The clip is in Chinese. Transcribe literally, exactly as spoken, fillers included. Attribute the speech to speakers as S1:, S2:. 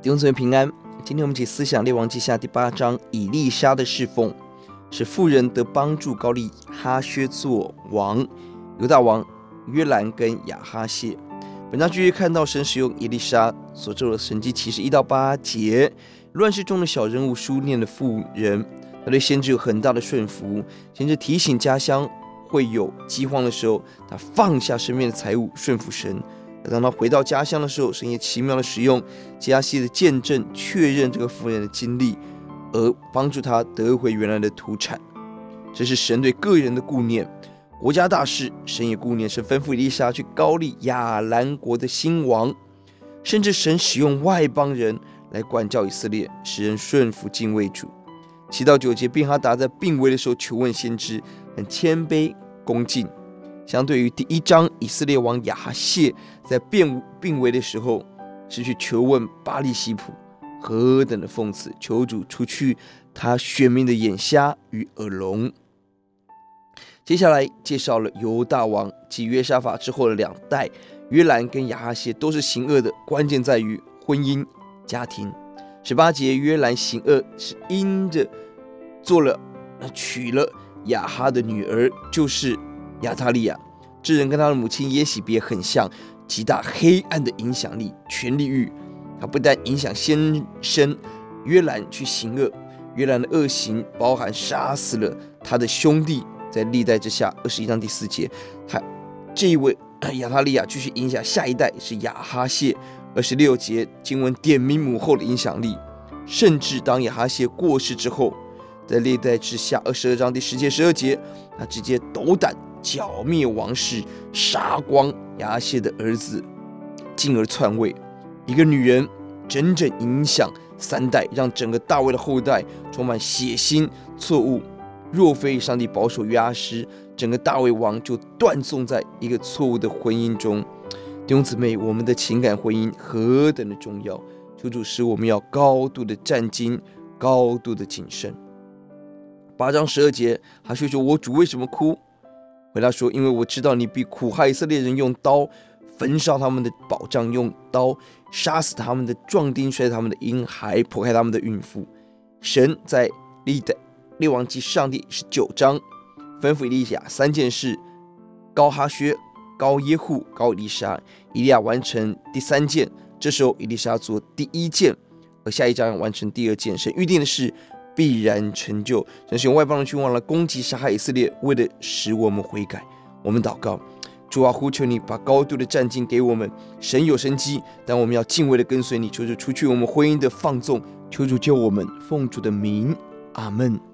S1: 弟兄姊妹平安，今天我们一起思想列王记下第八章以利沙的侍奉，使妇人得帮助高利哈薛做王，犹大王约兰跟亚哈谢。本章继续看到神使用以利沙所做的神迹奇事，一到八节，乱世中的小人物书念的妇人，他对先知有很大的顺服，先知提醒家乡会有饥荒的时候，他放下身边的财物顺服神。当他回到家乡的时候，神也奇妙的使用基哈西的见证，确认这个妇人的经历，而帮助他得回原来的土产。这是神对个人的顾念。国家大事，神也顾念，神吩咐以利沙去膏立亚兰国的新王，甚至神使用外邦人来管教以色列，使人顺服敬畏主。七到九节，便哈达在病危的时候求问先知，很谦卑恭敬。相对于第一章，以色列王亚哈谢在病病危的时候是去求问巴力西卜，何等的讽刺！求主除去他选民的眼瞎与耳聋。接下来介绍了犹大王及约沙法之后的两代，约兰跟亚哈谢都是行恶的，关键在于婚姻家庭。十八节，约兰行恶是因着做了娶了亚哈的女儿，就是亚他利亚。这人跟他的母亲耶洗别很像，极大黑暗的影响力、权力欲。他不但影响先生约兰去行恶，约兰的恶行包含杀死了他的兄弟。在历代之下二十一章第四节，他这一位亚他利亚继续影响下一代是亚哈谢。二十六节经文点名母后的影响力，甚至当亚哈谢过世之后，在历代之下二十二章第十节十二节，他直接斗胆剿灭王室，杀光亚哈谢的儿子，进而篡位。一个女人整整影响三代，让整个大卫的后代充满血腥错误。若非上帝保守约阿施，整个大卫王就断送在一个错误的婚姻中。弟兄姊妹，我们的情感婚姻何等的重要！求主使我们要高度的战兢，高度的谨慎。八章十二节，哈薛说：“我主为什么哭？”回答说：“因为我知道你必苦害以色列人，用刀焚烧他们的保障，用刀杀死他们的壮丁，摔他们的婴孩，迫害他们的孕妇。”神在历代列王记上第十九章吩咐以利亚三件事：膏哈薛、膏耶户、膏以利沙。以利亚完成第三件，这时候以利沙做第一件，而下一章要完成第二件。神预定的事必然成就。神使用外邦人去忘了攻击杀害以色列，为了使我们悔改。我们祷告，主啊，呼求你把高度的战兢给我们。神有生机，但我们要敬畏的跟随你。求主除去我们婚姻的放纵，求主救我们。奉主的名，阿们。